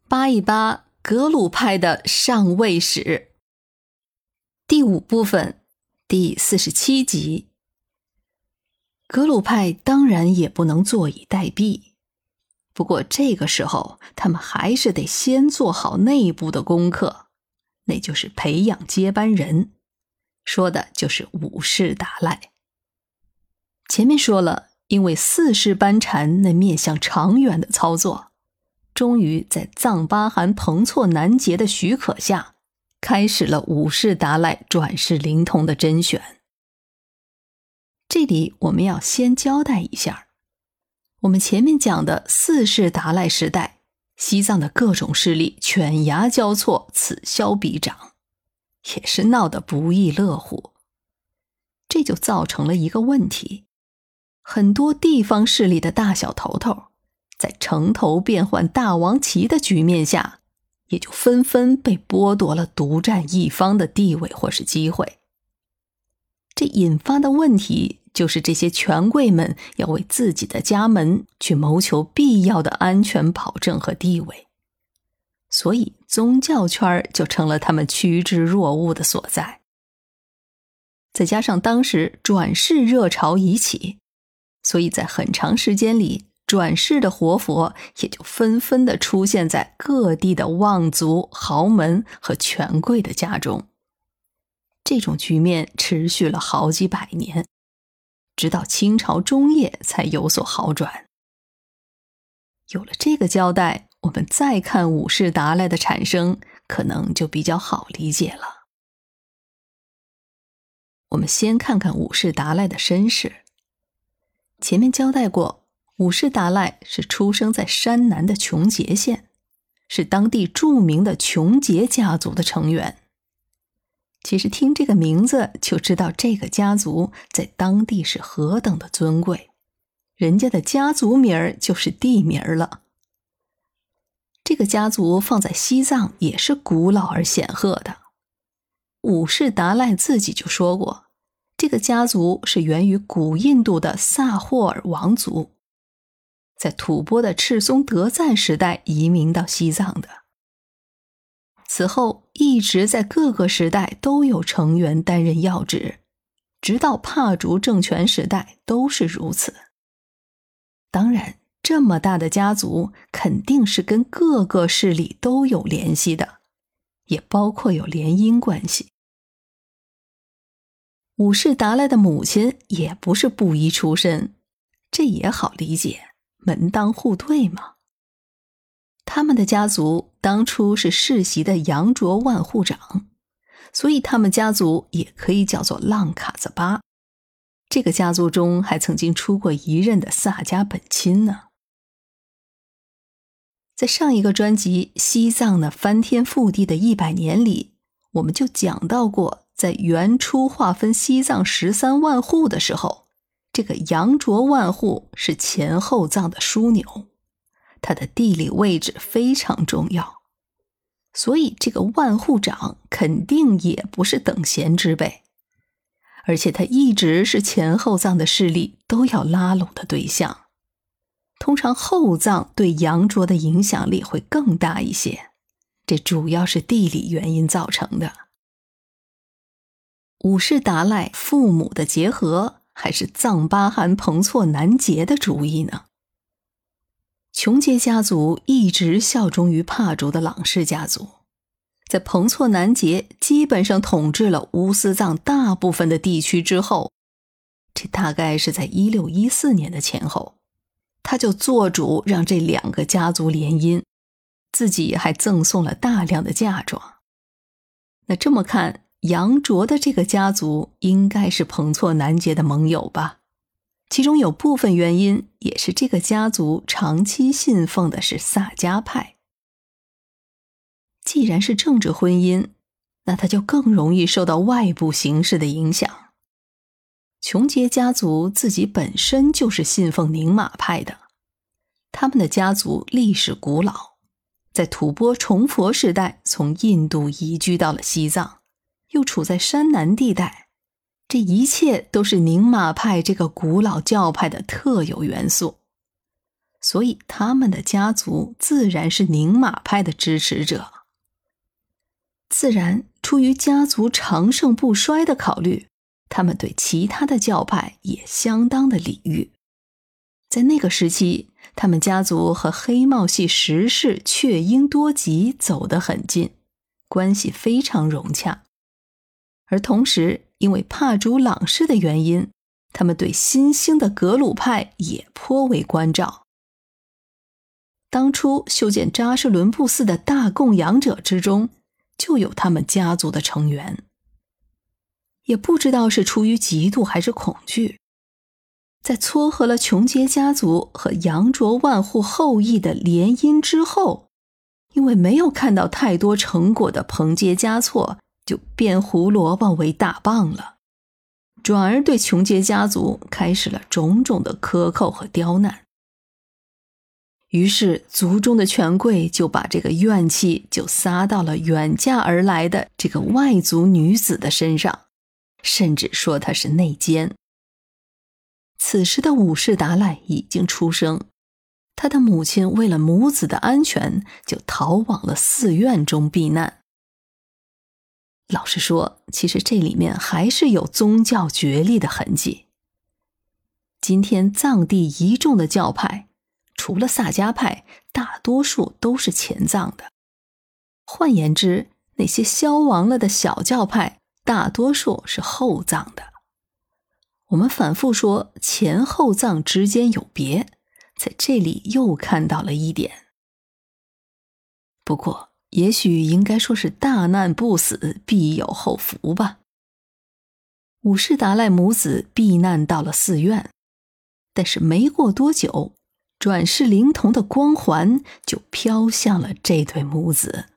扒一扒格鲁派的上位史。第5部分，第47集。格鲁派当然也不能坐以待毙，不过这个时候他们还是得先做好内部的功课，那就是培养接班人，说的就是五世达赖。前面说了，因为4世班禅那面向长远的操作，终于在藏巴汗彭措南杰的许可下，开始了五世达赖转世灵童的甄选。这里我们要先交代一下，我们前面讲的4世达赖时代，西藏的各种势力犬牙交错，此消彼长，也是闹得不亦乐乎。这就造成了一个问题，很多地方势力的大小头头，在城头变换大王旗的局面下，也就纷纷被剥夺了独占一方的地位或是机会。这引发的问题就是这些权贵们要为自己的家门去谋求必要的安全保证和地位，所以宗教圈就成了他们趋之若鹜的所在。再加上当时转世热潮已起，所以在很长时间里，转世的活佛也就纷纷地出现在各地的望族、豪门和权贵的家中。这种局面持续了好几百年，直到清朝中叶才有所好转。有了这个交代，我们再看五世达赖的产生，可能就比较好理解了。我们先看看五世达赖的身世。前面交代过，五世达赖是出生在山南的琼结县，是当地著名的琼结家族的成员。其实听这个名字就知道这个家族在当地是何等的尊贵，人家的家族名就是地名了。这个家族放在西藏也是古老而显赫的。五世达赖自己就说过，这个家族是源于古印度的萨霍尔王族，在吐蕃的赤松德赞时代移民到西藏的。此后一直在各个时代都有成员担任要职，直到帕竹政权时代都是如此。当然，这么大的家族肯定是跟各个势力都有联系的，也包括有联姻关系。五世达赖的母亲也不是布衣出身，这也好理解，门当户对嘛。他们的家族当初是世袭的羊卓万户长，所以他们家族也可以叫做浪卡子巴。这个家族中还曾经出过一任的萨迦本钦呢。在上一个专辑《西藏的翻天覆地的100年》里，我们就讲到过，在元初划分西藏13万户的时候，这个羊卓万户是前后藏的枢纽，它的地理位置非常重要，所以这个万户长肯定也不是等闲之辈，而且他一直是前后藏的势力都要拉拢的对象。通常后藏对羊卓的影响力会更大一些，这主要是地理原因造成的。五世达赖父母的结合，还是藏巴汗彭措南杰的主意呢？琼结家族一直效忠于帕竹的朗氏家族，在彭措南杰基本上统治了乌斯藏大部分的地区之后，这大概是在1614年的前后，他就做主让这2个家族联姻，自己还赠送了大量的嫁妆。那这么看，羊卓的这个家族应该是彭措南杰的盟友吧？其中有部分原因也是这个家族长期信奉的是萨迦派。既然是政治婚姻，那它就更容易受到外部形势的影响。琼结家族自己本身就是信奉宁玛派的，他们的家族历史古老，在吐蕃崇佛时代从印度移居到了西藏，又处在山南地带，这一切都是宁玛派这个古老教派的特有元素。 所以他们的家族自然是宁玛派的支持者。自然，出于家族长盛不衰的考虑，他们对其他的教派也相当的礼遇。在那个时期，他们家族和黑帽系石氏雀鹰多吉走得很近，关系非常融洽。而同时，因为帕竹朗氏的原因，他们对新兴的格鲁派也颇为关照。当初修建扎什伦布寺的大供养者之中，就有他们家族的成员。也不知道是出于嫉妒还是恐惧，在撮合了琼杰家族和羊卓万户后裔的联姻之后，因为没有看到太多成果的彭杰嘉措就变胡萝卜为大棒了，转而对琼杰家族开始了种种的克扣和刁难。于是族中的权贵就把这个怨气就撒到了远嫁而来的这个外族女子的身上，甚至说她是内奸。此时的武士达赖已经出生，他的母亲为了母子的安全，就逃往了寺院中避难。老实说，其实这里面还是有宗教角力的痕迹。今天藏地一众的教派，除了萨迦派，大多数都是前藏的。换言之，那些消亡了的小教派，大多数是后藏的。我们反复说前后藏之间有别，在这里又看到了一点。不过也许应该说是大难不死，必有后福吧。武士达赖母子避难到了寺院，但是没过多久，转世灵童的光环就飘向了这对母子。